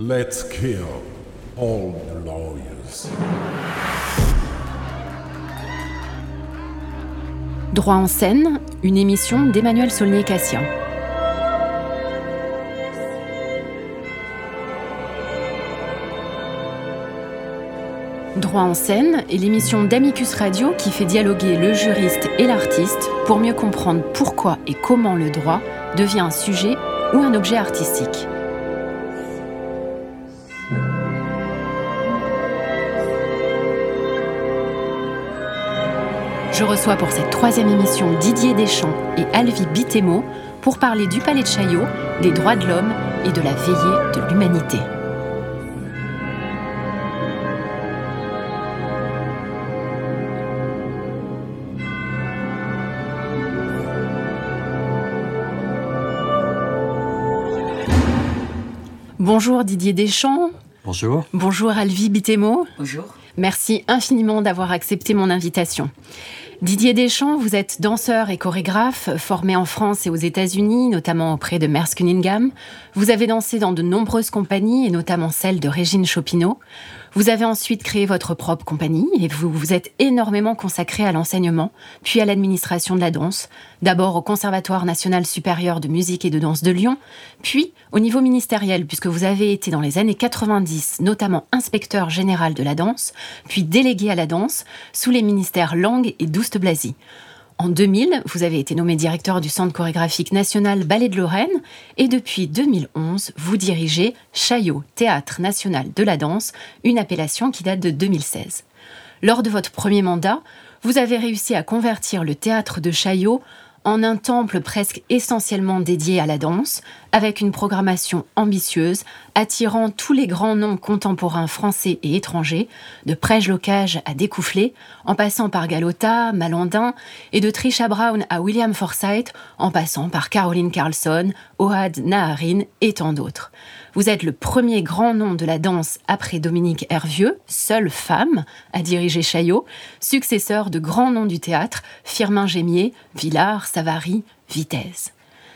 Let's kill all the lawyers. Droit en scène, une émission d'Emmanuel Saulnier-Cassien. Droit en scène est l'émission d'Amicus Radio qui fait dialoguer le juriste et l'artiste pour mieux comprendre pourquoi et comment le droit devient un sujet ou un objet artistique. Je reçois pour cette 3e émission Didier Deschamps et Alvi Bitemo pour parler du Palais de Chaillot, des droits de l'homme et de la veillée de l'humanité. Bonjour Didier Deschamps. Bonjour. Bonjour Alvi Bitemo. Bonjour. Merci infiniment d'avoir accepté mon invitation. Didier Deschamps, vous êtes danseur et chorégraphe, formé en France et aux États-Unis, notamment auprès de Merce Cunningham. Vous avez dansé dans de nombreuses compagnies, et notamment celle de Régine Chopinot. Vous avez ensuite créé votre propre compagnie et vous vous êtes énormément consacré à l'enseignement, puis à l'administration de la danse, d'abord au Conservatoire national supérieur de musique et de danse de Lyon, puis au niveau ministériel, puisque vous avez été dans les années 90, notamment inspecteur général de la danse, puis délégué à la danse, sous les ministères Lang et Douste-Blazy. En 2000, vous avez été nommé directeur du Centre chorégraphique national Ballet de Lorraine et depuis 2011, vous dirigez Chaillot, Théâtre national de la danse, une appellation qui date de 2016. Lors de votre premier mandat, vous avez réussi à convertir le théâtre de Chaillot en un temple presque essentiellement dédié à la danse, avec une programmation ambitieuse, attirant tous les grands noms contemporains français et étrangers, de Prège-Locage à Découfflé, en passant par Galota, Malandin, et de Trisha Brown à William Forsythe, en passant par Caroline Carlson, Ohad Naharin et tant d'autres. Vous êtes le premier grand nom de la danse après Dominique Hervieux, seule femme à diriger Chaillot, successeur de grands noms du théâtre, Firmin Gémier, Villard, Savary, Vitesse.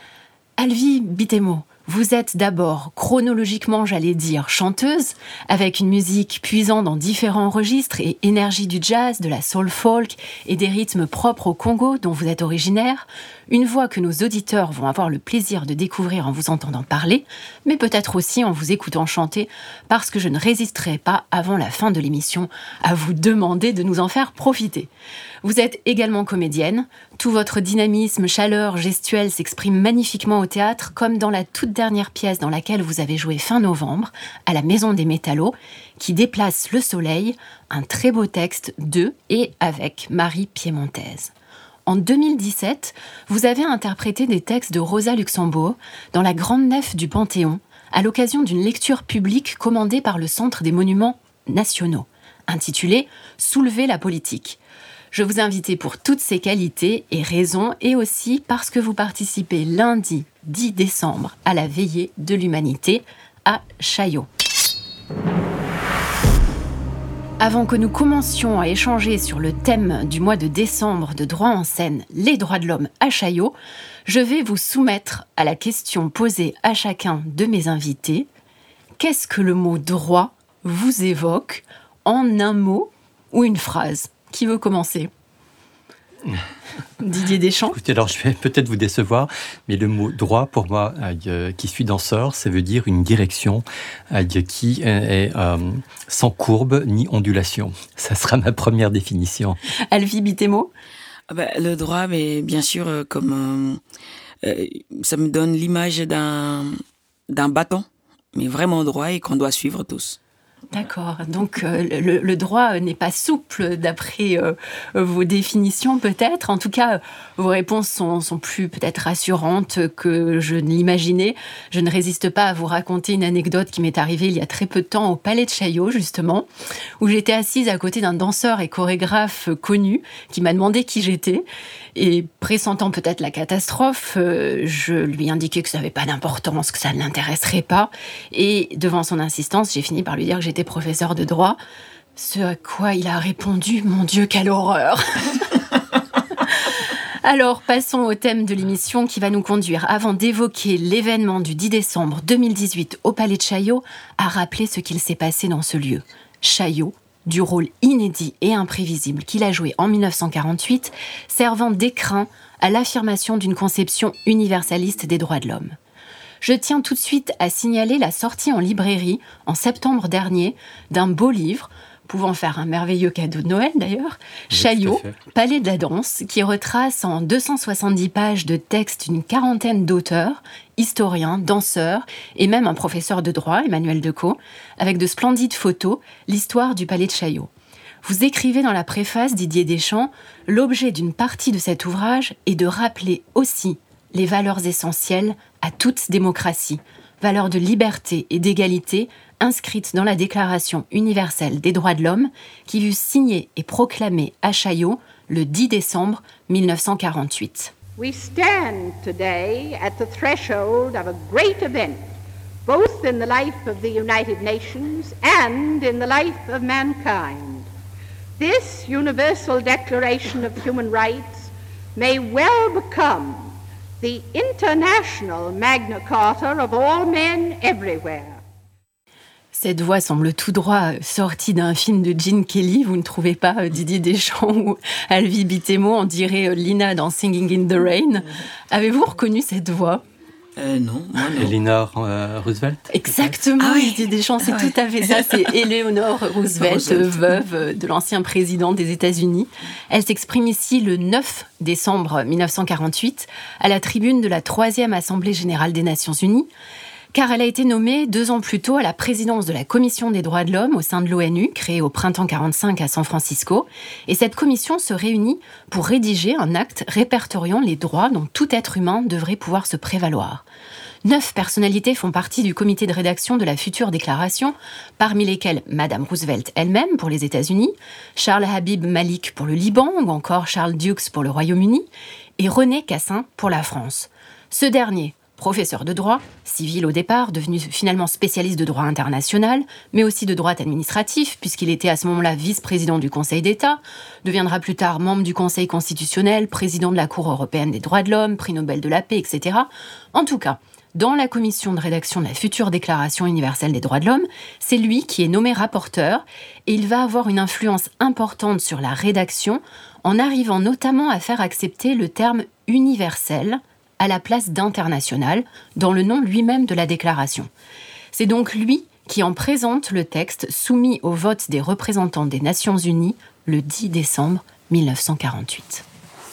Alvi Bitemo, vous êtes d'abord, chronologiquement j'allais dire, chanteuse, avec une musique puisant dans différents registres et énergie du jazz, de la soul folk et des rythmes propres au Congo dont vous êtes originaire, une voix que nos auditeurs vont avoir le plaisir de découvrir en vous entendant parler, mais peut-être aussi en vous écoutant chanter, parce que je ne résisterai pas, avant la fin de l'émission, à vous demander de nous en faire profiter. Vous êtes également comédienne, tout votre dynamisme, chaleur, gestuelle s'exprime magnifiquement au théâtre, comme dans la toute dernière pièce dans laquelle vous avez joué fin novembre, à la Maison des Métallos, qui déplace le soleil, un très beau texte de et avec Marie Piémontaise. En 2017, vous avez interprété des textes de Rosa Luxembourg dans la grande nef du Panthéon, à l'occasion d'une lecture publique commandée par le Centre des Monuments Nationaux, intitulée « Soulever la politique ». Je vous invite pour toutes ces qualités et raisons, et aussi parce que vous participez lundi 10 décembre à la veillée de l'humanité à Chaillot. Avant que nous commencions à échanger sur le thème du mois de décembre de droit en scène, les droits de l'homme à Chaillot, je vais vous soumettre à la question posée à chacun de mes invités. Qu'est-ce que le mot droit vous évoque en un mot ou une phrase ? Qui veut commencer ? Didier Deschamps. Écoutez, alors je vais peut-être vous décevoir, mais le mot droit, pour moi, qui suis danseur, ça veut dire une direction qui est sans courbe ni ondulation. Ça sera ma première définition. Alvi Bitemo. Le droit, mais bien sûr, comme ça me donne l'image d'un bâton, mais vraiment droit et qu'on doit suivre tous. D'accord. Donc, le droit n'est pas souple d'après vos définitions, peut-être. En tout cas, vos réponses sont plus peut-être rassurantes que je ne l'imaginais. Je ne résiste pas à vous raconter une anecdote qui m'est arrivée il y a très peu de temps au Palais de Chaillot, justement, où j'étais assise à côté d'un danseur et chorégraphe connu qui m'a demandé qui j'étais. Et pressentant peut-être la catastrophe, je lui indiquais que ça n'avait pas d'importance, que ça ne l'intéresserait pas. Et devant son insistance, j'ai fini par lui dire que j'étais professeur de droit. Ce à quoi il a répondu « Mon Dieu, quelle horreur !» Alors, passons au thème de l'émission qui va nous conduire, avant d'évoquer l'événement du 10 décembre 2018 au Palais de Chaillot, à rappeler ce qu'il s'est passé dans ce lieu. Chaillot, du rôle inédit et imprévisible qu'il a joué en 1948, servant d'écrin à l'affirmation d'une conception universaliste des droits de l'homme. Je tiens tout de suite à signaler la sortie en librairie, en septembre dernier, d'un beau livre, pouvant faire un merveilleux cadeau de Noël d'ailleurs, oui, Chaillot, Palais de la danse, qui retrace en 270 pages de textes une quarantaine d'auteurs, historiens, danseurs et même un professeur de droit, Emmanuel Decaux, avec de splendides photos, l'histoire du Palais de Chaillot. Vous écrivez dans la préface, Didier Deschamps, l'objet d'une partie de cet ouvrage est de rappeler aussi les valeurs essentielles à toute démocratie, valeurs de liberté et d'égalité inscrites dans la Déclaration universelle des droits de l'homme qui fut signée et proclamée à Chaillot le 10 décembre 1948. We stand today at the threshold of a great event, both in the life of the United Nations and in the life of mankind. This Universal Declaration of Human Rights may well become the international Magna Carta of all men everywhere. Cette voix semble tout droit sortie d'un film de Gene Kelly, vous ne trouvez pas, Didier Deschamps ou Alvy Bitemo, on dirait Lina dans Singing in the Rain. Avez-vous reconnu cette voix ? Non, moi non. Eleanor Roosevelt. Exactement, Didier Deschamps, c'est tout à fait ça. C'est Eleanor Roosevelt, veuve de l'ancien président des États-Unis. Elle s'exprime ici le 9 décembre 1948 à la tribune de la 3e Assemblée générale des Nations Unies, car elle a été nommée 2 ans plus tôt à la présidence de la Commission des droits de l'homme au sein de l'ONU, créée au printemps 1945 à San Francisco. Et cette commission se réunit pour rédiger un acte répertoriant les droits dont tout être humain devrait pouvoir se prévaloir. 9 personnalités font partie du comité de rédaction de la future déclaration, parmi lesquelles Madame Roosevelt elle-même pour les États-Unis, Charles Habib Malik pour le Liban ou encore Charles Dukes pour le Royaume-Uni et René Cassin pour la France. Ce dernier, professeur de droit, civil au départ, devenu finalement spécialiste de droit international, mais aussi de droit administratif, puisqu'il était à ce moment-là vice-président du Conseil d'État, deviendra plus tard membre du Conseil constitutionnel, président de la Cour européenne des droits de l'homme, prix Nobel de la paix, etc. En tout cas, dans la commission de rédaction de la future Déclaration universelle des droits de l'homme, c'est lui qui est nommé rapporteur, et il va avoir une influence importante sur la rédaction, en arrivant notamment à faire accepter le terme « universel » à la place d'international, dans le nom lui-même de la déclaration. C'est donc lui qui en présente le texte soumis au vote des représentants des Nations Unies le 10 décembre 1948.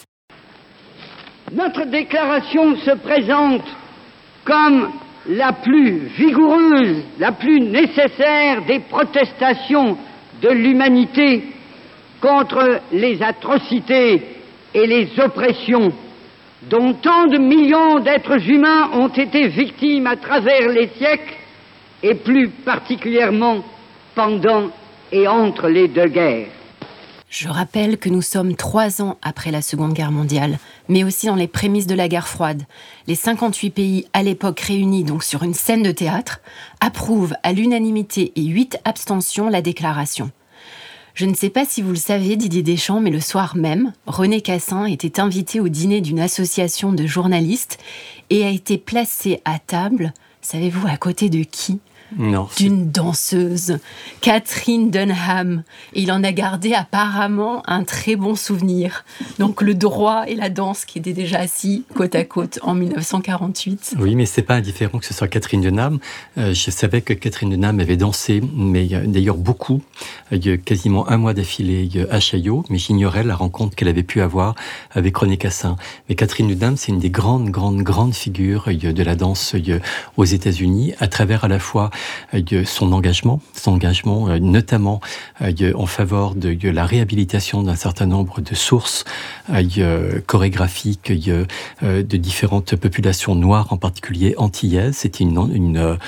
Notre déclaration se présente comme la plus vigoureuse, la plus nécessaire des protestations de l'humanité contre les atrocités et les oppressions dont tant de millions d'êtres humains ont été victimes à travers les siècles, et plus particulièrement pendant et entre les 2 guerres. Je rappelle que nous sommes 3 ans après la Seconde Guerre mondiale, mais aussi dans les prémices de la guerre froide. Les 58 pays à l'époque réunis donc sur une scène de théâtre approuvent à l'unanimité et 8 abstentions la déclaration. Je ne sais pas si vous le savez, Didier Deschamps, mais le soir même, René Cassin était invité au dîner d'une association de journalistes et a été placé à table, savez-vous à côté de qui ? Non. D'une danseuse, Catherine Dunham. Et il en a gardé apparemment un très bon souvenir. Donc le droit et la danse qui étaient déjà assis côte à côte en 1948. Oui, mais c'est pas indifférent que ce soit Catherine Dunham. Je savais que Catherine Dunham avait dansé, mais d'ailleurs beaucoup, quasiment 1 mois d'affilée à Chaillot, mais j'ignorais la rencontre qu'elle avait pu avoir avec René Cassin. Mais Catherine Dunham, c'est une des grandes figures de la danse aux États-Unis, à travers à la fois son engagement notamment en faveur de la réhabilitation d'un certain nombre de sources chorégraphiques de différentes populations noires, en particulier antillaises. C'était une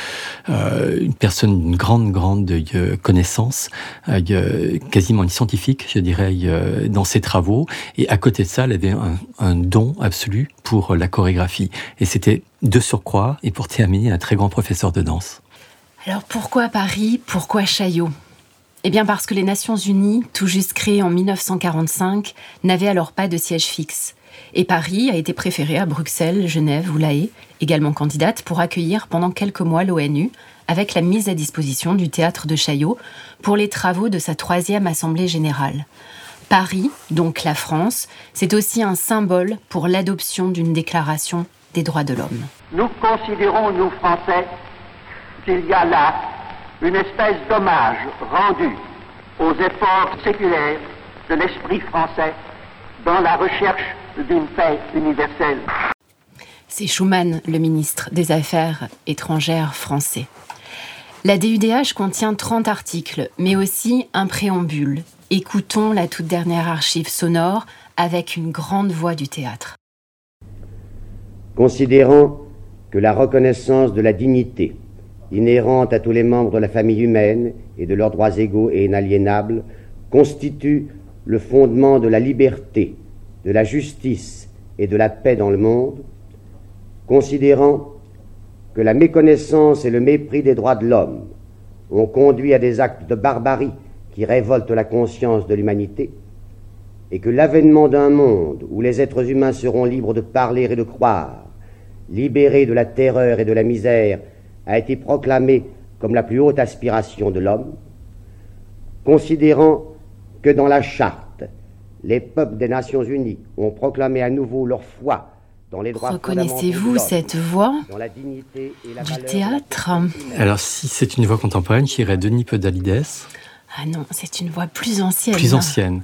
personne d'une grande connaissance, quasiment une scientifique, je dirais, dans ses travaux. Et à côté de ça, elle avait un don absolu pour la chorégraphie. Et c'était de surcroît, et pour terminer, un très grand professeur de danse. Alors pourquoi Paris ? Pourquoi Chaillot ? Eh bien parce que les Nations Unies, tout juste créées en 1945, n'avaient alors pas de siège fixe. Et Paris a été préféré à Bruxelles, Genève ou La Haye, également candidate, pour accueillir pendant quelques mois l'ONU, avec la mise à disposition du théâtre de Chaillot pour les travaux de sa 3e Assemblée générale. Paris, donc la France, c'est aussi un symbole pour l'adoption d'une déclaration des droits de l'homme. Nous considérons, nous Français, qu'il y a là une espèce d'hommage rendu aux efforts séculaires de l'esprit français dans la recherche d'une paix universelle. C'est Schuman, le ministre des Affaires étrangères français. La DUDH contient 30 articles, mais aussi un préambule. Écoutons la toute dernière archive sonore avec une grande voix du théâtre. Considérant que la reconnaissance de la dignité inhérente à tous les membres de la famille humaine et de leurs droits égaux et inaliénables constitue le fondement de la liberté, de la justice et de la paix dans le monde, considérant que la méconnaissance et le mépris des droits de l'homme ont conduit à des actes de barbarie qui révoltent la conscience de l'humanité, et que l'avènement d'un monde où les êtres humains seront libres de parler et de croire, libérés de la terreur et de la misère, a été proclamé comme la plus haute aspiration de l'homme, considérant que dans la Charte, les peuples des Nations Unies ont proclamé à nouveau leur foi dans les droits fondamentaux de l'homme. Reconnaissez-vous cette voix Dans la dignité et la du valeur théâtre ? Alors, si c'est une voix contemporaine, j'irais Denis Podalides. Ah non, c'est une voix plus ancienne. Plus ancienne.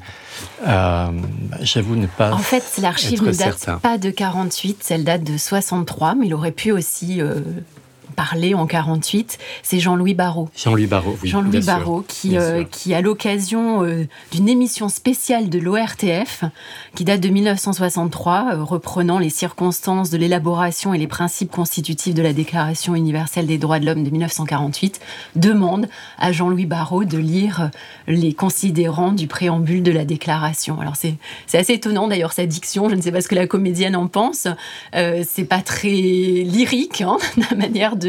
J'avoue ne pas. En fait, l'archive être ne date certain. pas de 48, elle date de 63, mais il aurait pu aussi parler en 48. C'est Jean-Louis Barrault. Jean-Louis Barrault, oui. Jean-Louis bien sûr. Barrault, Bien sûr. qui à l'occasion d'une émission spéciale de l'ORTF, qui date de 1963, reprenant les circonstances de l'élaboration et les principes constitutifs de la Déclaration universelle des droits de l'homme de 1948, demande à Jean-Louis Barrault de lire les considérants du préambule de la Déclaration. Alors c'est assez étonnant d'ailleurs sa diction, je ne sais pas ce que la comédienne en pense, c'est pas très lyrique, hein, la manière de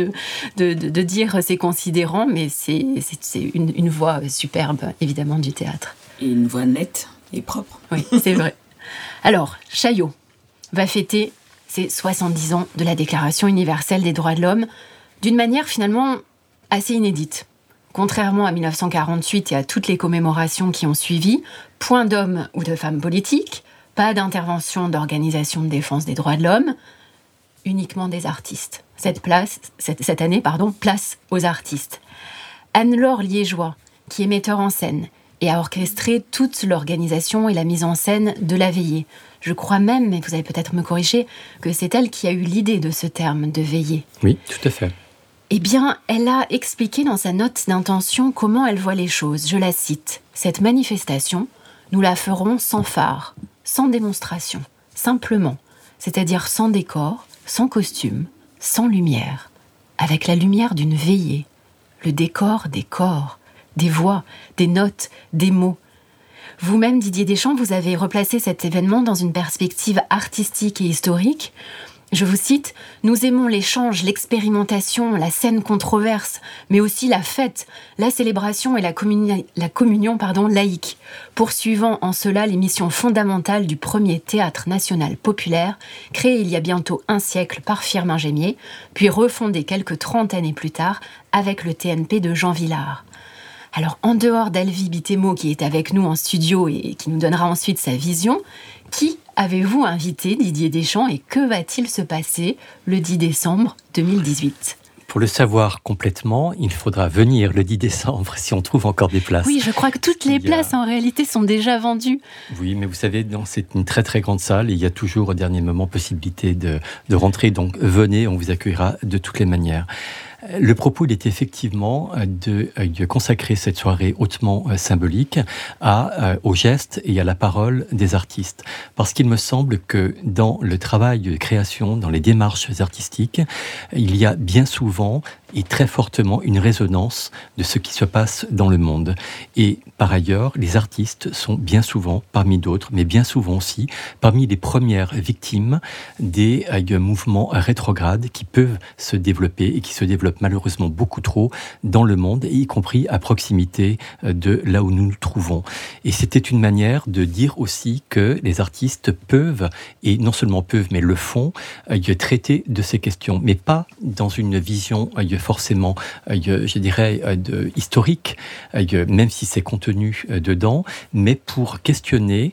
dire ces considérants, mais c'est une voix superbe, évidemment, du théâtre. Et une voix nette et propre. Oui, c'est vrai. Alors, Chaillot va fêter ses 70 ans de la Déclaration universelle des droits de l'homme d'une manière finalement assez inédite. Contrairement à 1948 et à toutes les commémorations qui ont suivi, point d'hommes ou de femmes politiques, pas d'intervention d'organisations de défense des droits de l'homme, uniquement des artistes. Cette année, place aux artistes. Anne-Laure Liégeois, qui est metteur en scène et a orchestré toute l'organisation et la mise en scène de la veillée. Je crois même, mais vous allez peut-être me corriger, que c'est elle qui a eu l'idée de ce terme de veillée. Oui, tout à fait. Eh bien, elle a expliqué dans sa note d'intention comment elle voit les choses. Je la cite. « Cette manifestation, nous la ferons sans phare, sans démonstration, simplement, c'est-à-dire sans décor, sans costume, sans lumière, avec la lumière d'une veillée, le décor des corps, des voix, des notes, des mots. Vous-même, Didier Deschamps, vous avez replacé cet événement dans une perspective artistique et historique. Je vous cite, « Nous aimons l'échange, l'expérimentation, la scène controverse, mais aussi la fête, la célébration et la communion laïque, poursuivant en cela les missions fondamentales du premier théâtre national populaire, créé il y a bientôt un siècle par Firmin Gémier, puis refondé quelques 30 années plus tard avec le TNP de Jean Vilar. » Alors, en dehors d'Elvie Bitemo, qui est avec nous en studio et qui nous donnera ensuite sa vision, qui avez-vous invité, Didier Deschamps, et que va-t-il se passer le 10 décembre 2018 ? Pour le savoir complètement, il faudra venir le 10 décembre si on trouve encore des places. Oui, je crois que toutes les places, en réalité, sont déjà vendues. Oui, mais vous savez, c'est une très très grande salle et il y a toujours au dernier moment possibilité de rentrer. Donc venez, on vous accueillera de toutes les manières. Le propos, il est effectivement de consacrer cette soirée hautement symbolique au geste et à la parole des artistes. Parce qu'il me semble que dans le travail de création, dans les démarches artistiques, il y a bien souvent est très fortement une résonance de ce qui se passe dans le monde. Et par ailleurs, les artistes sont bien souvent, parmi d'autres, mais bien souvent aussi, parmi les premières victimes des mouvements rétrogrades qui peuvent se développer et qui se développent malheureusement beaucoup trop dans le monde, y compris à proximité de là où nous nous trouvons. Et c'était une manière de dire aussi que les artistes peuvent, et non seulement peuvent, mais le font, traiter de ces questions, mais pas dans une vision forcément, je dirais, historique, même si c'est contenu dedans, mais pour questionner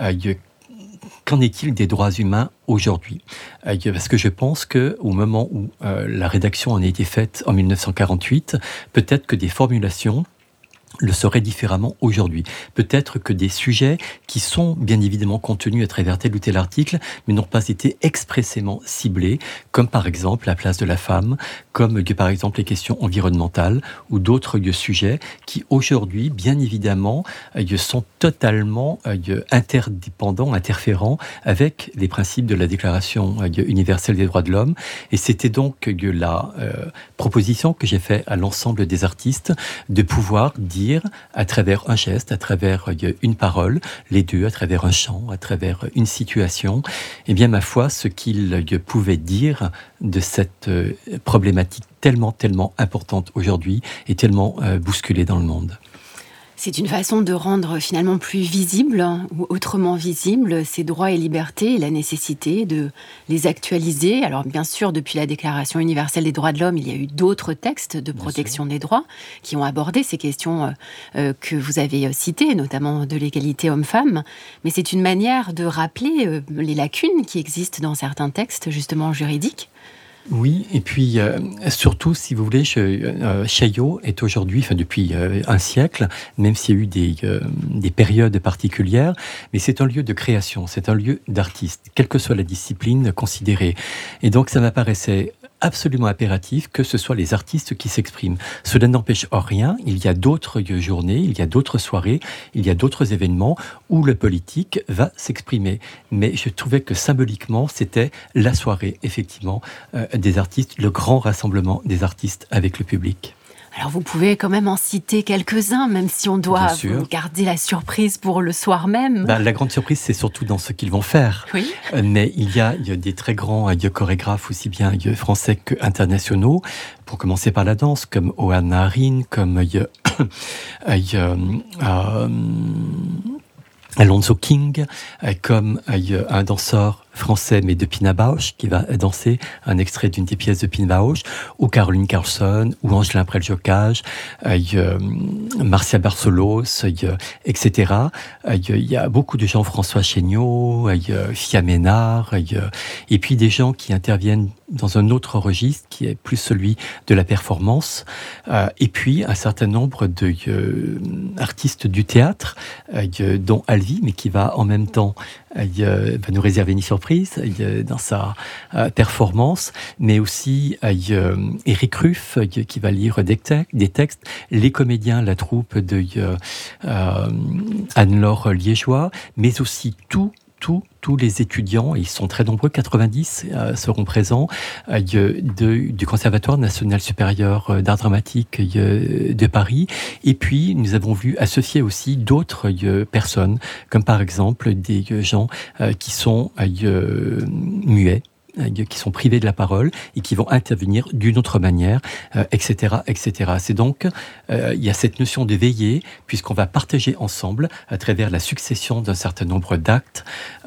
qu'en est-il des droits humains aujourd'hui ? Parce que je pense qu'au moment où la rédaction en a été faite en 1948, peut-être que des formulations le serait différemment aujourd'hui. Peut-être que des sujets qui sont bien évidemment contenus à travers tel ou tel article, mais n'ont pas été expressément ciblés, comme par exemple la place de la femme, comme par exemple les questions environnementales ou d'autres sujets qui aujourd'hui, bien évidemment, sont totalement interdépendants, interférents avec les principes de la Déclaration universelle des droits de l'homme. Et c'était donc la proposition que j'ai faite à l'ensemble des artistes de pouvoir dire à travers un geste, à travers une parole, les deux, à travers un chant, à travers une situation, eh bien, ma foi, ce qu'ils pouvaient dire de cette problématique tellement importante aujourd'hui et tellement bousculée dans le monde. C'est une façon de rendre finalement plus visible ou autrement visible ces droits et libertés et la nécessité de les actualiser. Alors bien sûr, depuis la Déclaration universelle des droits de l'homme, il y a eu d'autres textes de protection des droits qui ont abordé ces questions que vous avez citées, notamment de l'égalité homme-femme. Mais c'est une manière de rappeler les lacunes qui existent dans certains textes justement juridiques. Oui, et puis surtout, si vous voulez, Chaillot est aujourd'hui, depuis un siècle, même s'il y a eu des périodes particulières, mais c'est un lieu de création, c'est un lieu d'artistes, quelle que soit la discipline considérée. Et donc ça m'apparaissait absolument impératif que ce soit les artistes qui s'expriment. Cela n'empêche rien, il y a d'autres journées, il y a d'autres soirées, il y a d'autres événements où le politique va s'exprimer. Mais je trouvais que symboliquement, c'était la soirée, effectivement, des artistes, le grand rassemblement des artistes avec le public. Alors vous pouvez quand même en citer quelques-uns, même si on doit garder la surprise pour le soir même. La grande surprise, c'est surtout dans ce qu'ils vont faire. Oui. Mais il y a des très grands chorégraphes, aussi bien français qu'internationaux, pour commencer par la danse, comme Oana Arin, comme Alonso King, comme un danseur français, mais de Pina Bausch, qui va danser un extrait d'une des pièces de Pina Bausch, ou Caroline Carlson, ou Angelin Prel-Jocage, Marcia Barcelos, etc. Il y a beaucoup de gens, François Chéniaud, Fia Ménard, et puis des gens qui interviennent dans un autre registre, qui est plus celui de la performance, et puis un certain nombre d'artistes du théâtre, dont Alvi, mais qui va en même temps va nous réserver une surprise dans sa performance, mais aussi Éric Ruff qui va lire des textes, les comédiens, la troupe de Anne-Laure Liégeois, mais aussi tous les étudiants, ils sont très nombreux, 90 seront présents, du Conservatoire national supérieur d'art dramatique de Paris. Et puis, nous avons vu associer aussi d'autres personnes, comme par exemple des gens qui sont muets, qui sont privés de la parole et qui vont intervenir d'une autre manière, etc., etc. C'est donc, il y a cette notion de veiller, puisqu'on va partager ensemble, à travers la succession d'un certain nombre d'actes,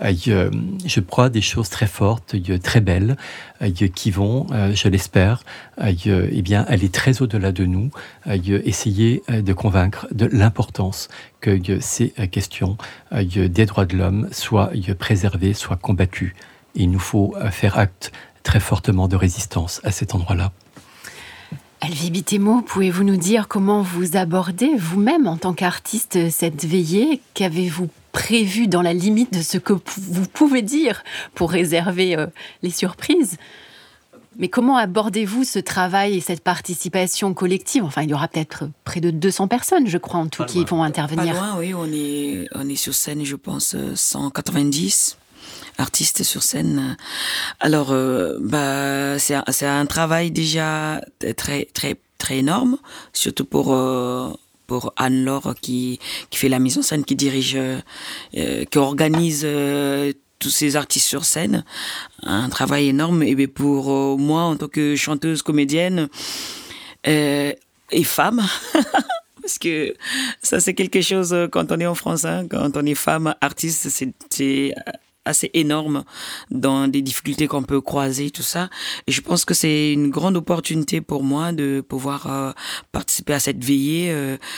je crois, des choses très fortes, très belles, qui vont, je l'espère, bien, aller très au-delà de nous, essayer de convaincre de l'importance que ces questions des droits de l'homme soient préservées, soient combattues. Il nous faut faire acte très fortement de résistance à cet endroit-là. Alvi Bitemo, pouvez-vous nous dire comment vous abordez vous-même en tant qu'artiste cette veillée ? Qu'avez-vous prévu dans la limite de ce que vous pouvez dire pour réserver les surprises ? Mais comment abordez-vous ce travail et cette participation collective ? Enfin, il y aura peut-être près de 200 personnes, je crois, en tout, qui vont intervenir. Pas loin, oui. On est sur scène, je pense, 190. artistes sur scène. Alors, c'est un travail déjà très très très énorme, surtout pour Anne-Laure qui fait la mise en scène, qui dirige, qui organise tous ces artistes sur scène. Un travail énorme. Et pour moi, en tant que chanteuse, comédienne et femme, parce que ça c'est quelque chose quand on est en France, quand on est femme artiste, c'est assez énorme dans des difficultés qu'on peut croiser, tout ça. Et je pense que c'est une grande opportunité pour moi de pouvoir participer à cette veillée,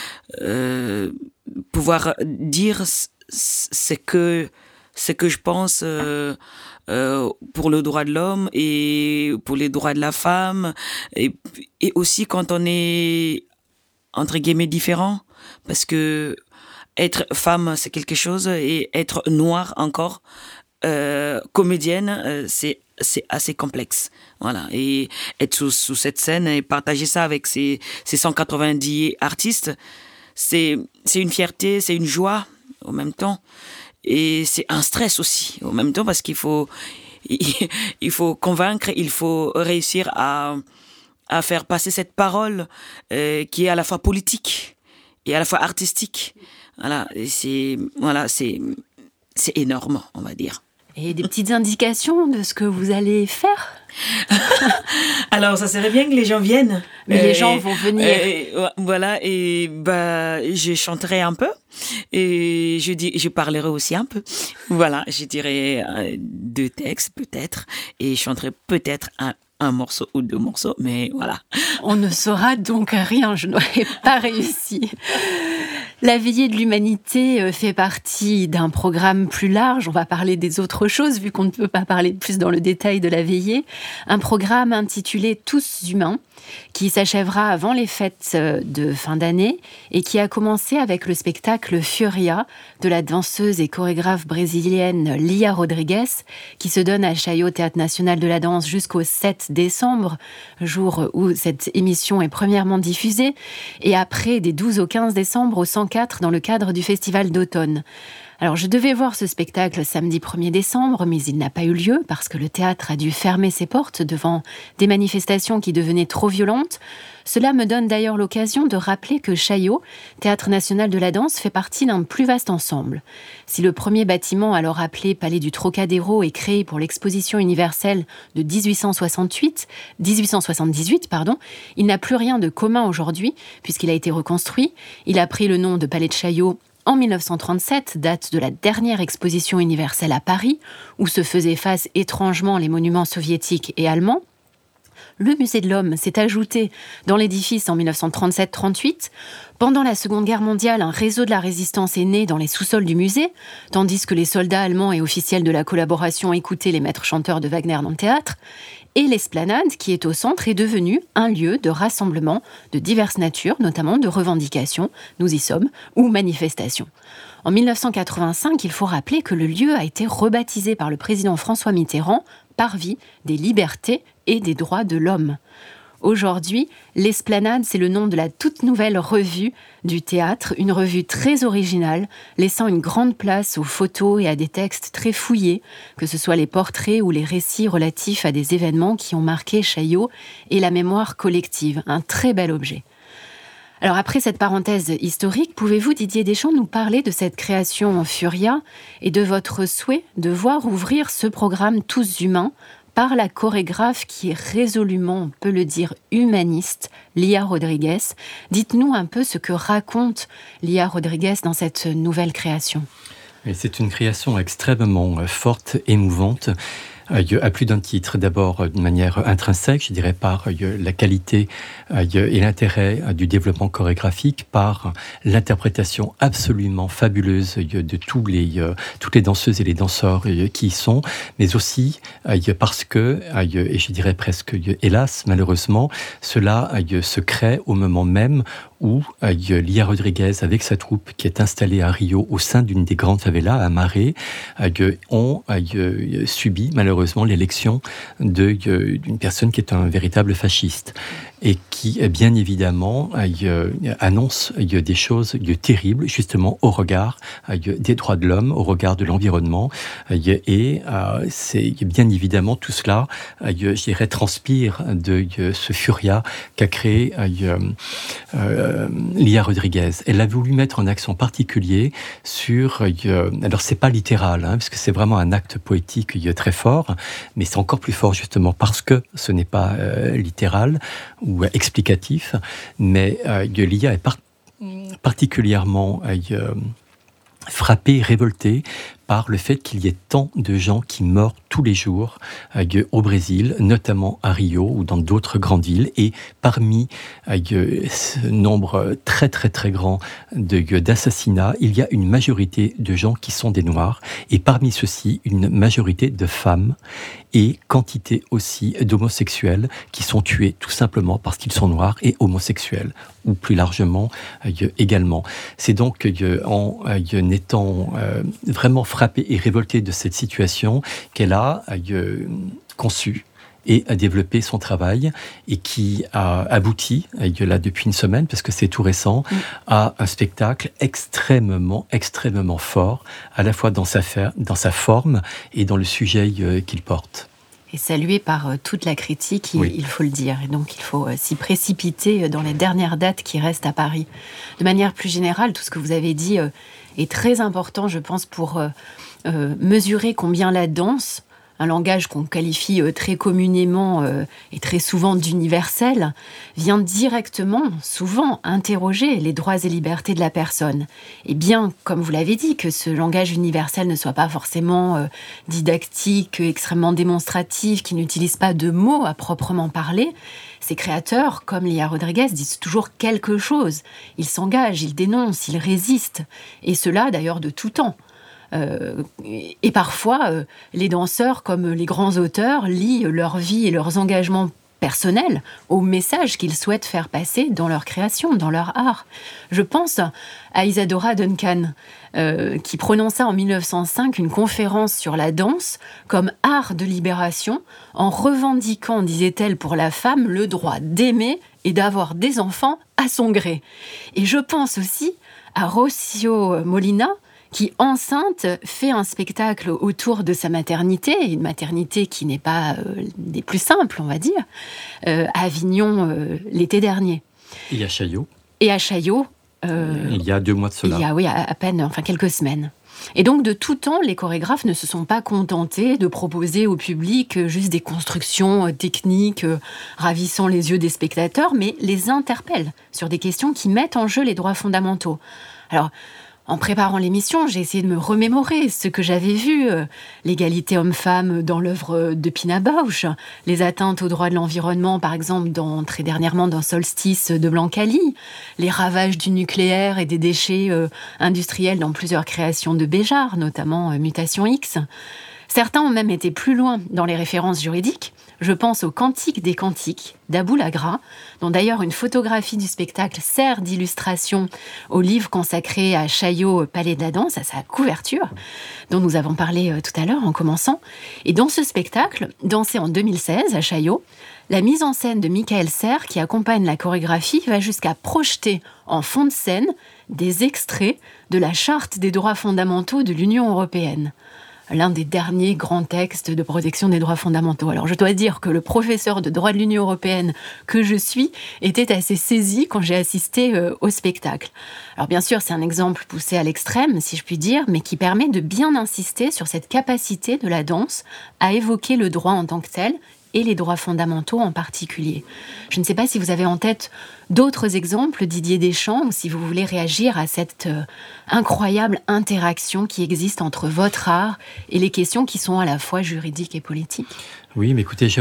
pouvoir dire ce que je pense pour le droit de l'homme et pour les droits de la femme, et aussi quand on est entre guillemets différent, parce que être femme c'est quelque chose et être noire encore comédienne c'est assez complexe, voilà. Et être sous cette scène et partager ça avec ces 190 artistes, c'est une fierté, c'est une joie en même temps, et c'est un stress aussi en même temps, parce qu'il faut convaincre, il faut réussir à faire passer cette parole qui est à la fois politique et à la fois artistique. Voilà, et c'est énorme, on va dire. Et des petites indications de ce que vous allez faire? Alors, ça serait bien que les gens viennent. Mais les gens vont venir. Voilà, et je chanterai un peu et je parlerai aussi un peu. Voilà, je dirai 2 textes peut-être et je chanterai peut-être un morceau ou 2 morceaux, mais voilà. On ne saura donc rien, je n'aurais pas réussi. La Veillée de l'Humanité fait partie d'un programme plus large. On va parler des autres choses, vu qu'on ne peut pas parler plus dans le détail de la Veillée. Un programme intitulé « Tous humains », qui s'achèvera avant les fêtes de fin d'année et qui a commencé avec le spectacle Furia de la danseuse et chorégraphe brésilienne Lia Rodrigues, qui se donne à Chaillot Théâtre National de la Danse jusqu'au 7 décembre, jour où cette émission est premièrement diffusée, et après des 12 au 15 décembre au 104 dans le cadre du Festival d'automne. Alors, je devais voir ce spectacle samedi 1er décembre, mais il n'a pas eu lieu parce que le théâtre a dû fermer ses portes devant des manifestations qui devenaient trop violentes. Cela me donne d'ailleurs l'occasion de rappeler que Chaillot, Théâtre National de la Danse, fait partie d'un plus vaste ensemble. Si le premier bâtiment, alors appelé Palais du Trocadéro, est créé pour l'Exposition universelle de 1878, il n'a plus rien de commun aujourd'hui puisqu'il a été reconstruit. Il a pris le nom de Palais de Chaillot en 1937, date de la dernière exposition universelle à Paris, où se faisaient face étrangement les monuments soviétiques et allemands. Le Musée de l'Homme s'est ajouté dans l'édifice en 1937-38. Pendant la Seconde Guerre mondiale, un réseau de la résistance est né dans les sous-sols du musée, tandis que les soldats allemands et officiels de la collaboration écoutaient les maîtres chanteurs de Wagner dans le théâtre. Et l'esplanade, qui est au centre, est devenue un lieu de rassemblement de diverses natures, notamment de revendications, nous y sommes, ou manifestations. En 1985, il faut rappeler que le lieu a été rebaptisé par le président François Mitterrand Parvis des libertés et des droits de l'homme. Aujourd'hui, l'Esplanade, c'est le nom de la toute nouvelle revue du théâtre, une revue très originale, laissant une grande place aux photos et à des textes très fouillés, que ce soit les portraits ou les récits relatifs à des événements qui ont marqué Chaillot et la mémoire collective. Un très bel objet. Alors après cette parenthèse historique, pouvez-vous, Didier Deschamps, nous parler de cette création Furia et de votre souhait de voir ouvrir ce programme Tous humains par la chorégraphe qui est résolument, on peut le dire, humaniste, Lia Rodrigues. Dites-nous un peu ce que raconte Lia Rodrigues dans cette nouvelle création. Et c'est une création extrêmement forte, émouvante, à plus d'un titre. D'abord, de manière intrinsèque, je dirais, par la qualité et l'intérêt du développement chorégraphique, par l'interprétation absolument fabuleuse de toutes les danseuses et les danseurs qui y sont, mais aussi parce que, et je dirais presque, hélas, malheureusement, cela se crée au moment même où Lia Rodrigues, avec sa troupe qui est installée à Rio, au sein d'une des grandes favelas, à Maré, ont subi, malheureusement, malheureusement l'élection d'une personne qui est un véritable fasciste et qui, bien évidemment, annonce des choses terribles, justement, au regard des droits de l'homme, au regard de l'environnement. Et c'est bien évidemment tout cela, je dirais, transpire de ce furia qu'a créé Lia Rodriguez. Elle a voulu mettre un accent particulier sur... alors, c'est pas littéral, parce que c'est vraiment un acte poétique très fort, mais c'est encore plus fort, justement, parce que ce n'est pas littéral ou explicatif, mais Lia est particulièrement frappée, révoltée par le fait qu'il y ait tant de gens qui meurent tous les jours au Brésil, notamment à Rio ou dans d'autres grandes villes. Et parmi ce nombre très très très grand d'assassinats, il y a une majorité de gens qui sont des Noirs. Et parmi ceux-ci, une majorité de femmes et quantité aussi d'homosexuels qui sont tués tout simplement parce qu'ils sont noirs et homosexuels, ou plus largement également. C'est donc en étant vraiment frappée et révoltée de cette situation qu'elle a conçu et a développé son travail et qui a abouti, là depuis une semaine, parce que c'est tout récent, à un spectacle extrêmement fort, à la fois dans sa forme et dans le sujet qu'il porte. Et salué par toute la critique, il faut le dire. Et donc, il faut s'y précipiter dans les dernières dates qui restent à Paris. De manière plus générale, tout ce que vous avez dit est très important, je pense, pour mesurer combien la danse, un langage qu'on qualifie très communément et très souvent d'universel, vient directement, souvent, interroger les droits et libertés de la personne. Et bien, comme vous l'avez dit, que ce langage universel ne soit pas forcément didactique, extrêmement démonstratif, qui n'utilise pas de mots à proprement parler, ces créateurs, comme Lia Rodriguez, disent toujours quelque chose. Ils s'engagent, ils dénoncent, ils résistent. Et cela, d'ailleurs, de tout temps. Et parfois, les danseurs, comme les grands auteurs, lient leur vie et leurs engagements personnels au message qu'ils souhaitent faire passer dans leur création, dans leur art. Je pense à Isadora Duncan, qui prononça en 1905 une conférence sur la danse comme art de libération, en revendiquant, disait-elle, pour la femme, le droit d'aimer et d'avoir des enfants à son gré. Et je pense aussi à Rocio Molina, qui, enceinte, fait un spectacle autour de sa maternité, une maternité qui n'est pas des plus simples, on va dire, à Avignon l'été dernier. Et à Chaillot. Il y a 2 mois de cela. Il y a à peine, quelques semaines. Et donc, de tout temps, les chorégraphes ne se sont pas contentés de proposer au public juste des constructions techniques ravissant les yeux des spectateurs, mais les interpellent sur des questions qui mettent en jeu les droits fondamentaux. Alors, en préparant l'émission, j'ai essayé de me remémorer ce que j'avais vu, l'égalité homme-femme dans l'œuvre de Pina Bausch, les atteintes aux droits de l'environnement, par exemple, très dernièrement dans Solstice de Blancali, les ravages du nucléaire et des déchets industriels dans plusieurs créations de Béjart, notamment Mutation X. Certains ont même été plus loin dans les références juridiques. Je pense au Cantique des Cantiques d'Aboulagra, dont d'ailleurs une photographie du spectacle sert d'illustration au livre consacré à Chaillot, Palais de la Danse, à sa couverture, dont nous avons parlé tout à l'heure en commençant. Et dans ce spectacle, dansé en 2016 à Chaillot, la mise en scène de Michael Serres, qui accompagne la chorégraphie, va jusqu'à projeter en fond de scène des extraits de la Charte des droits fondamentaux de l'Union européenne. L'un des derniers grands textes de protection des droits fondamentaux. Alors je dois dire que le professeur de droit de l'Union européenne que je suis était assez saisi quand j'ai assisté au spectacle. Alors bien sûr, c'est un exemple poussé à l'extrême, si je puis dire, mais qui permet de bien insister sur cette capacité de la danse à évoquer le droit en tant que tel et les droits fondamentaux en particulier. Je ne sais pas si vous avez en tête d'autres exemples, Didier Deschamps, ou si vous voulez réagir à cette incroyable interaction qui existe entre votre art et les questions qui sont à la fois juridiques et politiques. Oui, mais écoutez,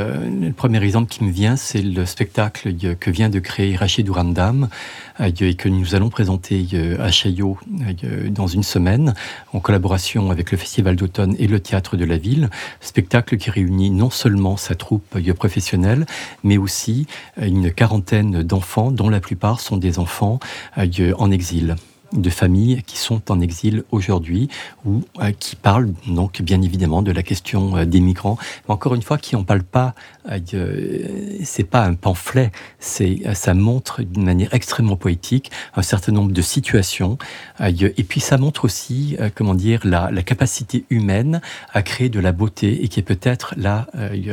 le premier exemple qui me vient, c'est le spectacle que vient de créer Rachid Ourandam et que nous allons présenter à Chaillot dans une semaine, en collaboration avec le Festival d'automne et le Théâtre de la Ville. Spectacle qui réunit non seulement sa troupe professionnelle, mais aussi une quarantaine d'enfants, dont la plupart sont des enfants en exil. de familles qui sont en exil aujourd'hui ou qui parlent donc bien évidemment de la question des migrants. Mais encore une fois, qui n'en parlent pas, c'est pas un pamphlet, ça montre d'une manière extrêmement poétique un certain nombre de situations et puis ça montre aussi, la capacité humaine à créer de la beauté et qui est peut-être là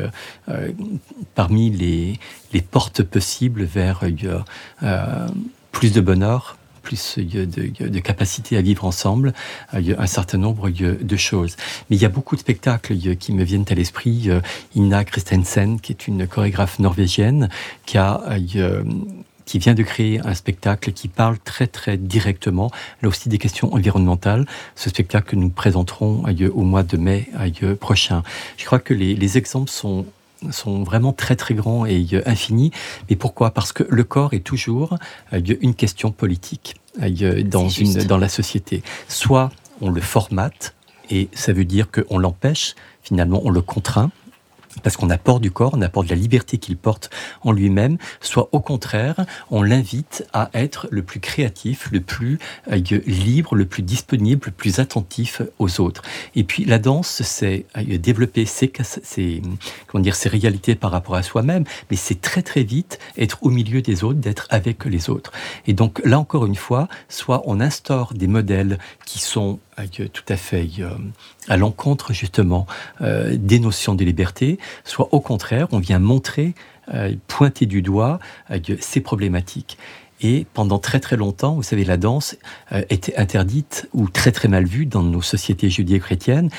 parmi les portes possibles vers plus de bonheur, plus de capacité à vivre ensemble, un certain nombre de choses. Mais il y a beaucoup de spectacles qui me viennent à l'esprit. Ina Christensen, qui est une chorégraphe norvégienne, qui vient de créer un spectacle qui parle très très directement, là aussi, des questions environnementales. Ce spectacle que nous présenterons au mois de mai prochain. Je crois que les exemples sont vraiment très très grands et infinis. Mais pourquoi ? Parce que le corps est toujours une question politique dans la société. Soit on le formate, et ça veut dire qu'on l'empêche, finalement on le contraint, parce qu'on a peur du corps, on a peur de la liberté qu'il porte en lui-même, soit au contraire, on l'invite à être le plus créatif, le plus libre, le plus disponible, le plus attentif aux autres. Et puis la danse, c'est développer ses réalités par rapport à soi-même, mais c'est très très vite être au milieu des autres, d'être avec les autres. Et donc là encore une fois, soit on instaure des modèles qui sont tout à fait à l'encontre justement des notions de liberté, soit au contraire, on vient montrer, pointer du doigt ces problématiques. Et pendant très très longtemps, vous savez, la danse était interdite ou très très mal vue dans nos sociétés judéo-chrétiennes.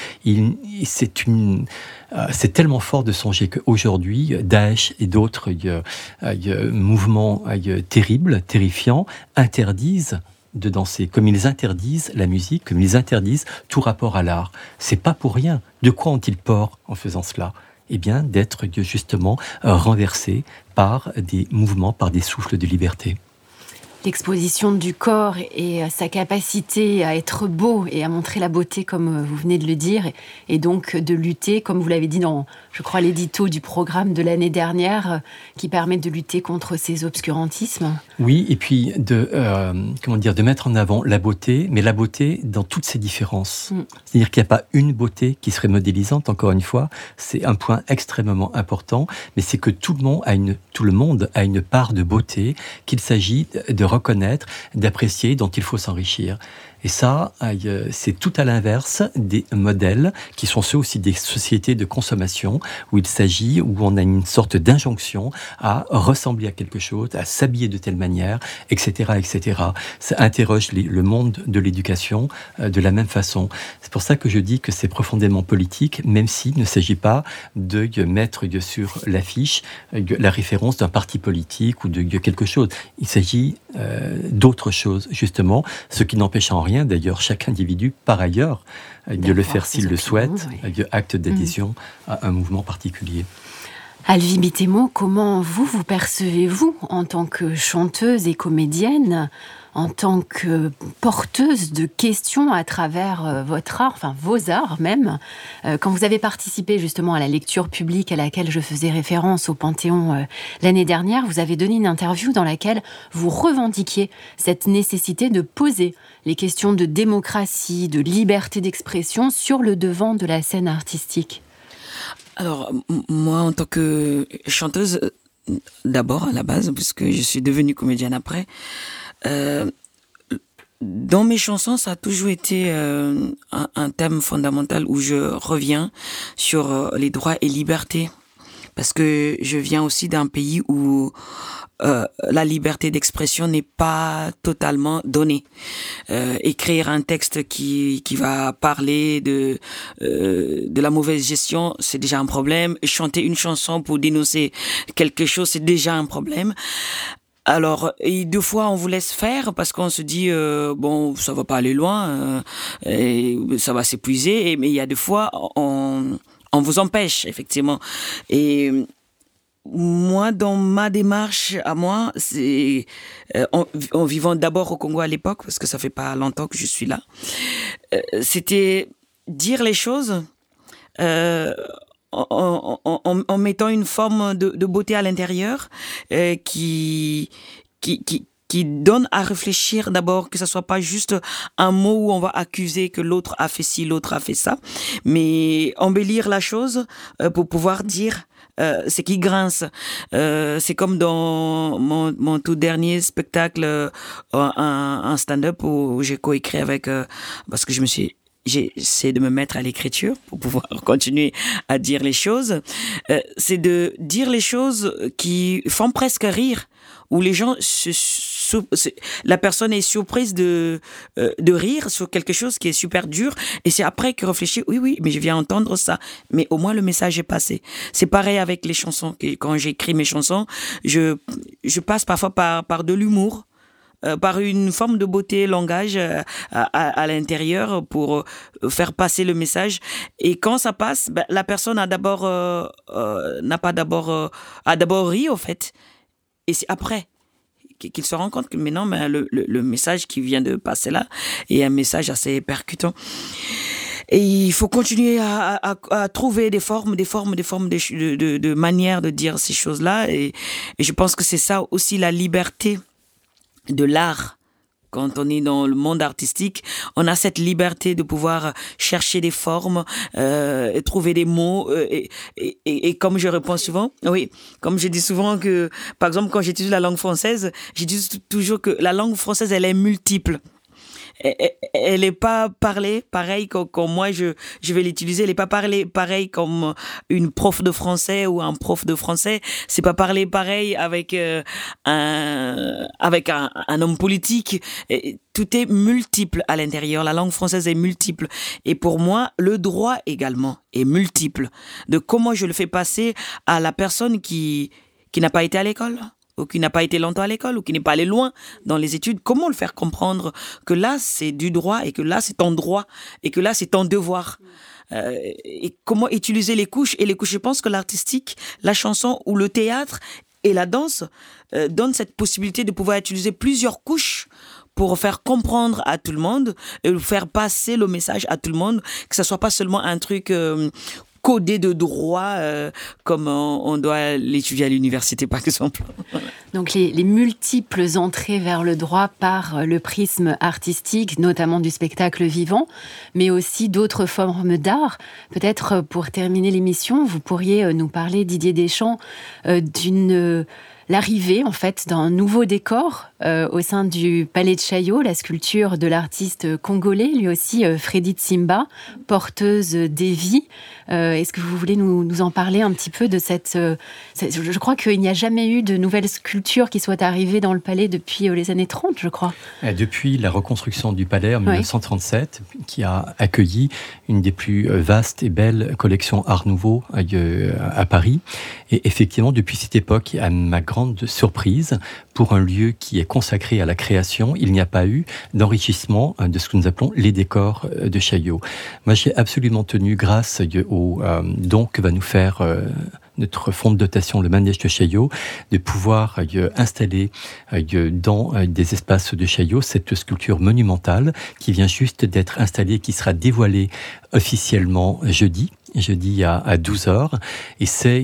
C'est tellement fort de songer qu'aujourd'hui, Daesh et d'autres mouvements terribles, terrifiants, interdisent de danser, comme ils interdisent la musique, comme ils interdisent tout rapport à l'art. C'est pas pour rien. De quoi ont-ils peur en faisant cela ? Eh bien, d'être justement renversés par des mouvements, par des souffles de liberté. L'exposition du corps et sa capacité à être beau et à montrer la beauté, comme vous venez de le dire, et donc de lutter, comme vous l'avez dit dans, je crois, l'édito du programme de l'année dernière, qui permet de lutter contre ces obscurantismes. Oui, et puis de mettre en avant la beauté, mais la beauté dans toutes ses différences. C'est-à-dire qu'il n'y a pas une beauté qui serait modélisante, encore une fois, c'est un point extrêmement important, mais c'est que tout le monde a une part de beauté qu'il s'agit de reconnaître, d'apprécier, dont il faut s'enrichir. Et ça, c'est tout à l'inverse des modèles qui sont ceux aussi des sociétés de consommation où on a une sorte d'injonction à ressembler à quelque chose, à s'habiller de telle manière, etc., etc. Ça interroge le monde de l'éducation de la même façon. C'est pour ça que je dis que c'est profondément politique, même s'il ne s'agit pas de mettre sur l'affiche la référence d'un parti politique ou de quelque chose. Il s'agit d'autre chose, justement, ce qui n'empêche en rien d'ailleurs chaque individu, par ailleurs, de le faire s'il le souhaite, acte d'adhésion à un mouvement particulier. Alvi Bitemo, comment vous percevez-vous en tant que chanteuse et comédienne, en tant que porteuse de questions à travers votre art, enfin vos arts même, quand vous avez participé justement à la lecture publique à laquelle je faisais référence au Panthéon l'année dernière, vous avez donné une interview dans laquelle vous revendiquiez cette nécessité de poser les questions de démocratie, de liberté d'expression sur le devant de la scène artistique. Alors, moi, en tant que chanteuse, d'abord à la base, puisque je suis devenue comédienne après, dans mes chansons, ça a toujours été un thème fondamental où je reviens sur les droits et libertés. Parce que je viens aussi d'un pays où la liberté d'expression n'est pas totalement donnée. Écrire un texte qui va parler de la mauvaise gestion, c'est déjà un problème. Chanter une chanson pour dénoncer quelque chose, c'est déjà un problème. Alors, et deux fois, on vous laisse faire parce qu'on se dit, bon, ça va pas aller loin, et ça va s'épuiser. Mais il y a des fois, on vous empêche, effectivement. Et moi, dans ma démarche à moi, c'est en vivant d'abord au Congo à l'époque, parce que ça fait pas longtemps que je suis là, c'était dire les choses en mettant une forme de beauté à l'intérieur qui qui donne à réfléchir d'abord, que ça soit pas juste un mot où on va accuser que l'autre a fait ci, l'autre a fait ça, mais embellir la chose pour pouvoir dire ce qui grince. C'est comme dans mon tout dernier spectacle, un stand-up où j'ai coécrit avec, parce que j'essaie de me mettre à l'écriture pour pouvoir continuer à dire les choses. C'est de dire les choses qui font presque rire, où les gens la personne est surprise de rire sur quelque chose qui est super dur, et c'est après que réfléchit, oui, mais je viens entendre ça, mais au moins le message est passé. C'est pareil avec les chansons. Quand j'écris mes chansons, je passe parfois par de l'humour, par une forme de beauté langage à l'intérieur pour faire passer le message. Et quand ça passe, la personne a d'abord ri, au fait, et c'est après qu'il se rend compte que mais non, mais le message qui vient de passer là est un message assez percutant. Et il faut continuer à trouver des formes, de manières de dire ces choses-là. Et je pense que c'est ça aussi la liberté de l'art. Quand on est dans le monde artistique, on a cette liberté de pouvoir chercher des formes, et trouver des mots. Et comme je réponds souvent, oui, comme je dis souvent que, par exemple, quand j'utilise la langue française, je dis toujours que la langue française, elle est multiple. Elle n'est pas parlée pareil comme moi je vais l'utiliser. Elle n'est pas parlée pareil comme une prof de français ou un prof de français. C'est pas parlé pareil avec un homme politique. Et tout est multiple à l'intérieur. La langue française est multiple. Et pour moi, le droit également est multiple. De comment je le fais passer à la personne qui n'a pas été à l'école, ou qui n'a pas été longtemps à l'école, ou qui n'est pas allé loin dans les études, comment le faire comprendre que là, c'est du droit, et que là, c'est ton droit, et que là, c'est ton devoir. Et comment utiliser les couches. Et les couches, je pense que l'artistique, la chanson ou le théâtre et la danse donnent cette possibilité de pouvoir utiliser plusieurs couches pour faire comprendre à tout le monde, et faire passer le message à tout le monde, que ça soit pas seulement un truc codé de droit, comme on doit l'étudier à l'université, par exemple. Donc les multiples entrées vers le droit par le prisme artistique, notamment du spectacle vivant, mais aussi d'autres formes d'art. Peut-être pour terminer l'émission, vous pourriez nous parler, Didier Deschamps, l'arrivée en fait d'un nouveau décor au sein du Palais de Chaillot, la sculpture de l'artiste congolais, lui aussi Freddy Tsimba, porteuse des vies. Est-ce que vous voulez nous en parler un petit peu de cette... je crois qu'il n'y a jamais eu de nouvelle sculpture qui soit arrivée dans le palais depuis les années 30, je crois. Depuis la reconstruction du palais en 1937, qui a accueilli une des plus vastes et belles collections Art Nouveau à Paris. Et effectivement, depuis cette époque, à ma grande surprise, pour un lieu qui est consacré à la création, il n'y a pas eu d'enrichissement de ce que nous appelons les décors de Chaillot. Moi, j'ai absolument tenu, grâce au don que va nous faire notre fonds de dotation, le Manège de Chaillot, de pouvoir installer dans des espaces de Chaillot cette sculpture monumentale qui vient juste d'être installée, qui sera dévoilée officiellement jeudi à 12h. Et c'est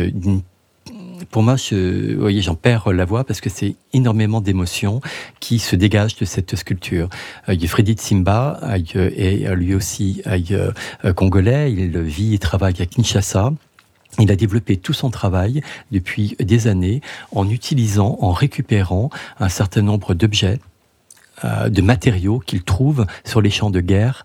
pour moi, j'en perds la voix parce que c'est énormément d'émotions qui se dégagent de cette sculpture. Freddy Tsimba est lui aussi congolais. Il vit et travaille à Kinshasa. Il a développé tout son travail depuis des années en récupérant un certain nombre d'objets, de matériaux qu'il trouve sur les champs de guerre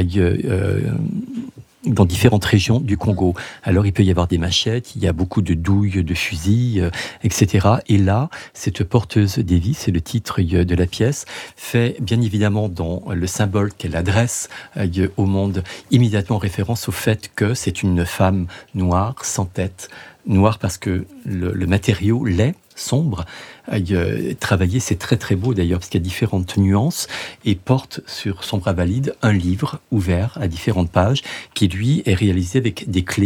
dans différentes régions du Congo. Alors il peut y avoir des machettes, il y a beaucoup de douilles, de fusils, etc. Et là, cette porteuse des vies, c'est le titre de la pièce, fait bien évidemment dans le symbole qu'elle adresse au monde, immédiatement référence au fait que c'est une femme noire, sans tête, noire parce que le matériau l'est, sombre, travaillé, c'est très très beau d'ailleurs, parce qu'il y a différentes nuances, et porte sur son bras valide un livre ouvert à différentes pages, qui lui est réalisé avec des clés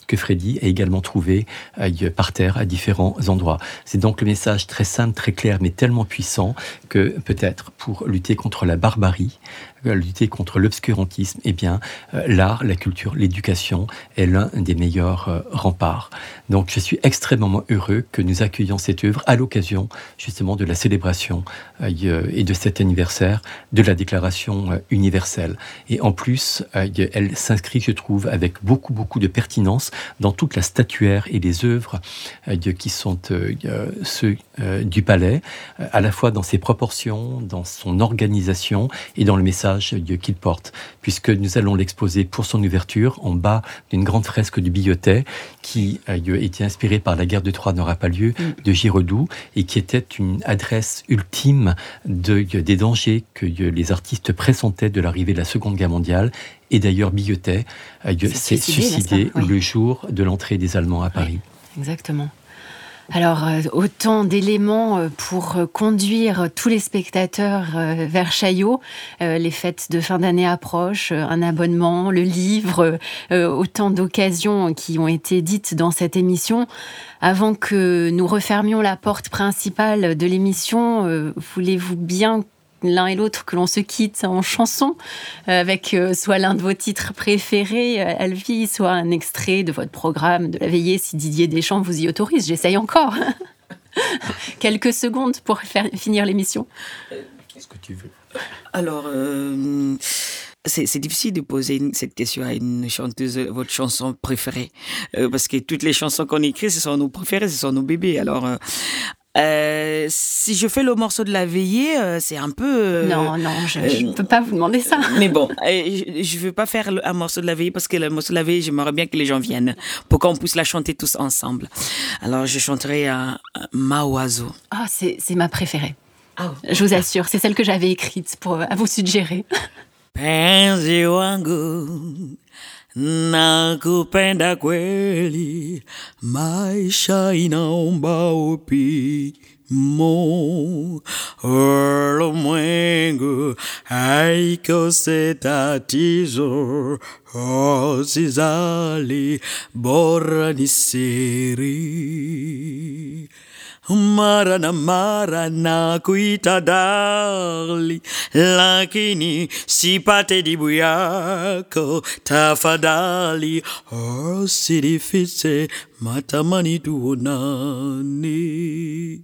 que Freddy a également trouvé par terre à différents endroits. C'est donc le message très simple, très clair, mais tellement puissant que peut-être pour lutter contre la barbarie, lutter contre l'obscurantisme, eh bien, l'art, la culture, l'éducation est l'un des meilleurs remparts. Donc, je suis extrêmement heureux que nous accueillions cette œuvre à l'occasion, justement, de la célébration et de cet anniversaire de la Déclaration universelle. Et en plus, elle s'inscrit, je trouve, avec beaucoup de pertinence dans toute la statuaire et les œuvres qui sont ceux du palais, à la fois dans ses proportions, dans son organisation et dans le message qu'il porte, puisque nous allons l'exposer pour son ouverture en bas d'une grande fresque du Billottet qui a été inspirée par La guerre de Troie n'aura pas lieu de Giraudoux et qui était une adresse ultime des dangers que les artistes pressentaient de l'arrivée de la Seconde Guerre mondiale. Et d'ailleurs, Billottet s'est suicidé le jour de l'entrée des Allemands à Paris. Oui, exactement. Alors, autant d'éléments pour conduire tous les spectateurs vers Chaillot. Les fêtes de fin d'année approchent, un abonnement, le livre, autant d'occasions qui ont été dites dans cette émission. Avant que nous refermions la porte principale de l'émission, voulez-vous bien l'un et l'autre que l'on se quitte en chanson avec soit l'un de vos titres préférés, Alvi, soit un extrait de votre programme de la veillée, si Didier Deschamps vous y autorise. J'essaye encore. Quelques secondes pour finir l'émission. Qu'est-ce que tu veux ? Alors, c'est difficile de poser cette question à une chanteuse, votre chanson préférée, parce que toutes les chansons qu'on écrit, ce sont nos préférées, ce sont nos bébés. Alors, si je fais le morceau de la veillée, c'est un peu... Non, je ne peux pas vous demander ça. Mais bon, je ne veux pas faire un morceau de la veillée parce que le morceau de la veillée, j'aimerais bien que les gens viennent pour qu'on puisse la chanter tous ensemble. Alors, je chanterai Ma Oiseau. Ah, c'est ma préférée. Oh. Je vous assure, c'est celle que j'avais écrite à vous suggérer. Penzi wangu nakupenda kweli, maisha inaomba upimo, ulimwengu haikose tatizo, usijali, bora ni siri. Mara na kuita darling, lakini sipate jibu yako, tafadhali usinifiche, matamani tuonane.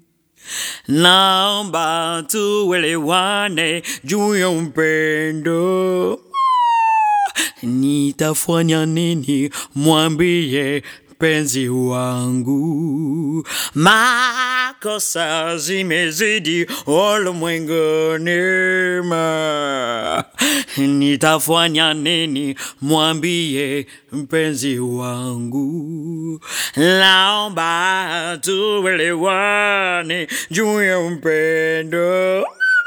Naomba tuelewane juu ya upendo, nitafanya nini mwambie penzi wangu, makosa zimezidi ulimwenguni, nitafanya nini mwambie penzi wangu, naomba tuelewane juu ya upendo,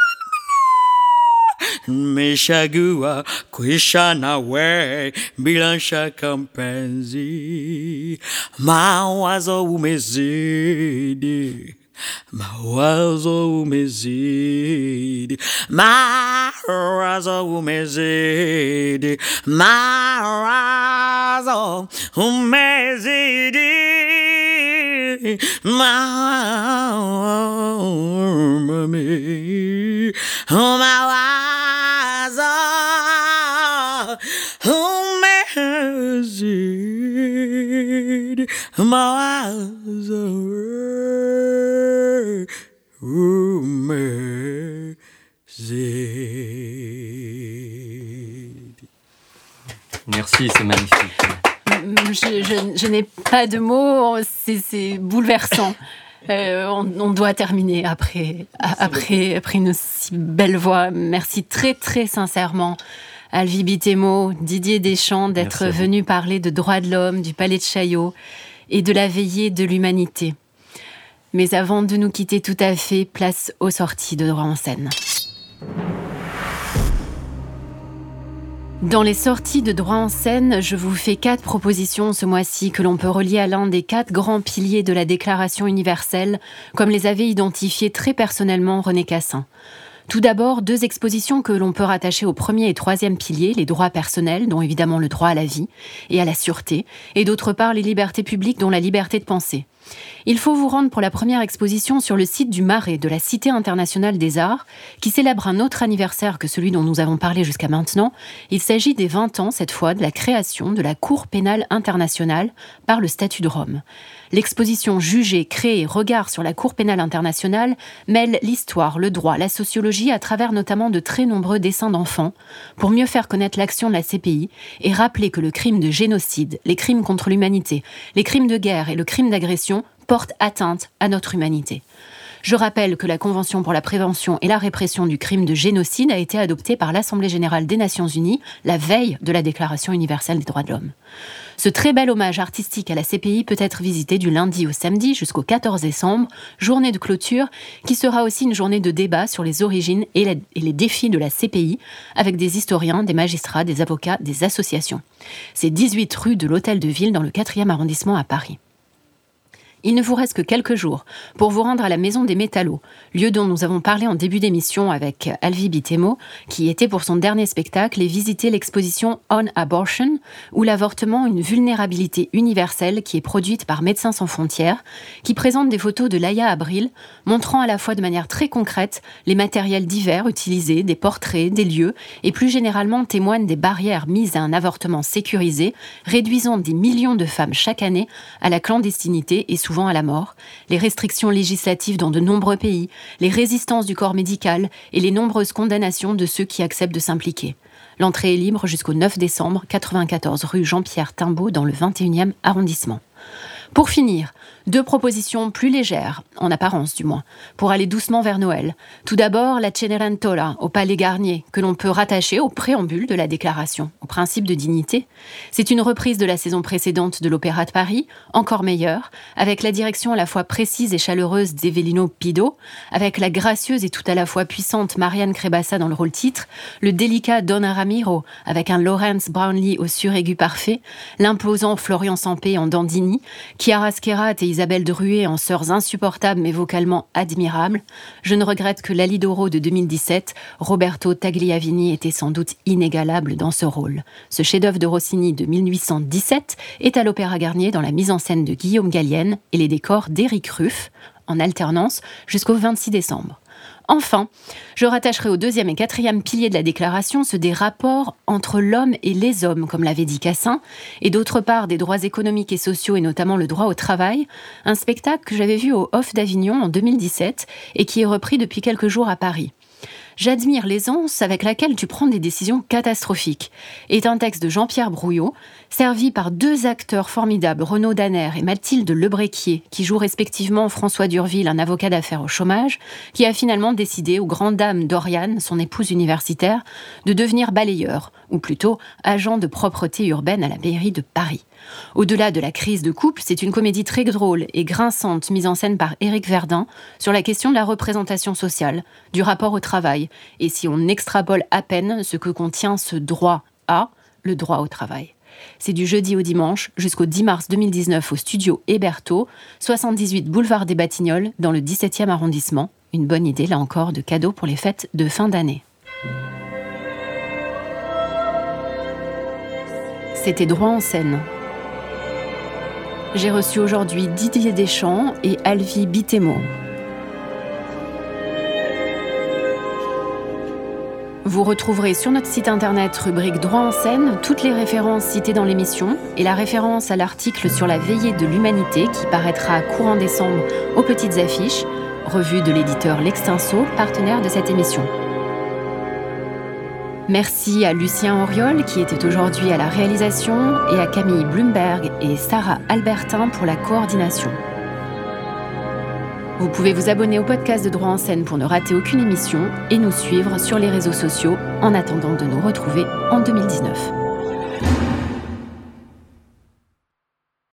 nimechagua kuisha nawe bila shaka mpenzi, mawazo umezidi, mawazo umezidi, mawazo umezidi, mawazo umezidi, umezidi, mawazo umezidi. Merci, c'est magnifique. Je n'ai pas de mots, c'est bouleversant. On doit terminer après une si belle voix. Merci très très sincèrement, Alvi Bitemo, Didier Deschamps, d'être venus parler de droits de l'homme, du Palais de Chaillot et de la veillée de l'humanité. Mais avant de nous quitter tout à fait, place aux sorties de Droit en scène. Dans les sorties de Droit en scène, je vous fais 4 propositions ce mois-ci que l'on peut relier à l'un des 4 grands piliers de la Déclaration universelle, comme les avait identifiés très personnellement René Cassin. Tout d'abord, 2 expositions que l'on peut rattacher au premier et troisième pilier, les droits personnels, dont évidemment le droit à la vie et à la sûreté, et d'autre part les libertés publiques, dont la liberté de penser. Il faut vous rendre pour la première exposition sur le site du Marais de la Cité internationale des arts, qui célèbre un autre anniversaire que celui dont nous avons parlé jusqu'à maintenant. Il s'agit des 20 ans, cette fois, de la création de la Cour pénale internationale par le Statut de Rome. L'exposition Juger, créer, regard sur la Cour pénale internationale mêle l'histoire, le droit, la sociologie à travers notamment de très nombreux dessins d'enfants pour mieux faire connaître l'action de la CPI et rappeler que le crime de génocide, les crimes contre l'humanité, les crimes de guerre et le crime d'agression portent atteinte à notre humanité. Je rappelle que la Convention pour la prévention et la répression du crime de génocide a été adoptée par l'Assemblée générale des Nations unies la veille de la Déclaration universelle des droits de l'homme. Ce très bel hommage artistique à la CPI peut être visité du lundi au samedi jusqu'au 14 décembre, journée de clôture, qui sera aussi une journée de débat sur les origines et les défis de la CPI, avec des historiens, des magistrats, des avocats, des associations. C'est 18 rue de l'Hôtel de Ville dans le 4e arrondissement à Paris. Il ne vous reste que quelques jours pour vous rendre à la Maison des Métallos, lieu dont nous avons parlé en début d'émission avec Alvi Bitemo, qui était pour son dernier spectacle et visiter l'exposition On Abortion, où l'avortement, une vulnérabilité universelle qui est produite par Médecins sans frontières, qui présente des photos de Laïa Abril, montrant à la fois de manière très concrète les matériels divers utilisés, des portraits, des lieux, et plus généralement témoignent des barrières mises à un avortement sécurisé, réduisant des millions de femmes chaque année à la clandestinité et souvent à la mort, les restrictions législatives dans de nombreux pays, les résistances du corps médical et les nombreuses condamnations de ceux qui acceptent de s'impliquer. L'entrée est libre jusqu'au 9 décembre, 94 rue Jean-Pierre Timbaud dans le 21e arrondissement. Pour finir, 2 propositions plus légères, en apparence du moins, pour aller doucement vers Noël. Tout d'abord, la Cenerentola au Palais Garnier, que l'on peut rattacher au préambule de la déclaration, au principe de dignité. C'est une reprise de la saison précédente de l'Opéra de Paris, encore meilleure, avec la direction à la fois précise et chaleureuse d'Evelino Pido, avec la gracieuse et tout à la fois puissante Marianne Crébassa dans le rôle titre, le délicat Donna Ramiro, avec un Lawrence Brownlee au suraigu parfait, l'imposant Florian Sampé en Dandini, Chiara Skerat et Isabelle Druet en sœurs insupportables mais vocalement admirables. Je ne regrette que L'Alidoro de 2017, Roberto Tagliavini était sans doute inégalable dans ce rôle. Ce chef-d'œuvre de Rossini de 1817 est à l'Opéra Garnier dans la mise en scène de Guillaume Gallienne et les décors d'Éric Ruff, en alternance jusqu'au 26 décembre. Enfin, je rattacherai au 2e et 4e pilier de la déclaration ceux des rapports entre l'homme et les hommes, comme l'avait dit Cassin, et d'autre part des droits économiques et sociaux et notamment le droit au travail, un spectacle que j'avais vu au Off d'Avignon en 2017 et qui est repris depuis quelques jours à Paris. J'admire l'aisance avec laquelle tu prends des décisions catastrophiques, est un texte de Jean-Pierre Brouillot, servi par 2 acteurs formidables, Renaud Danner et Mathilde Lebréquier, qui jouent respectivement François Durville, un avocat d'affaires au chômage, qui a finalement décidé, aux grandes dames d'Oriane, son épouse universitaire, de devenir balayeur, ou plutôt agent de propreté urbaine à la mairie de Paris. Au-delà de la crise de couple, c'est une comédie très drôle et grinçante mise en scène par Éric Verdun sur la question de la représentation sociale, du rapport au travail, et si on extrapole à peine ce que contient ce droit à, le droit au travail. C'est du jeudi au dimanche jusqu'au 10 mars 2019 au studio Héberto, 78 boulevard des Batignolles, dans le 17e arrondissement. Une bonne idée, là encore, de cadeau pour les fêtes de fin d'année. C'était Droit en scène. J'ai reçu aujourd'hui Didier Deschamps et Alvi Bitemo. Vous retrouverez sur notre site internet rubrique Droit en scène toutes les références citées dans l'émission et la référence à l'article sur la veillée de l'humanité qui paraîtra courant décembre aux petites affiches, revue de l'éditeur L'Extinso, partenaire de cette émission. Merci à Lucien Auriol qui était aujourd'hui à la réalisation et à Camille Bloomberg et Sarah Albertin pour la coordination. Vous pouvez vous abonner au podcast de Droit en scène pour ne rater aucune émission et nous suivre sur les réseaux sociaux en attendant de nous retrouver en 2019.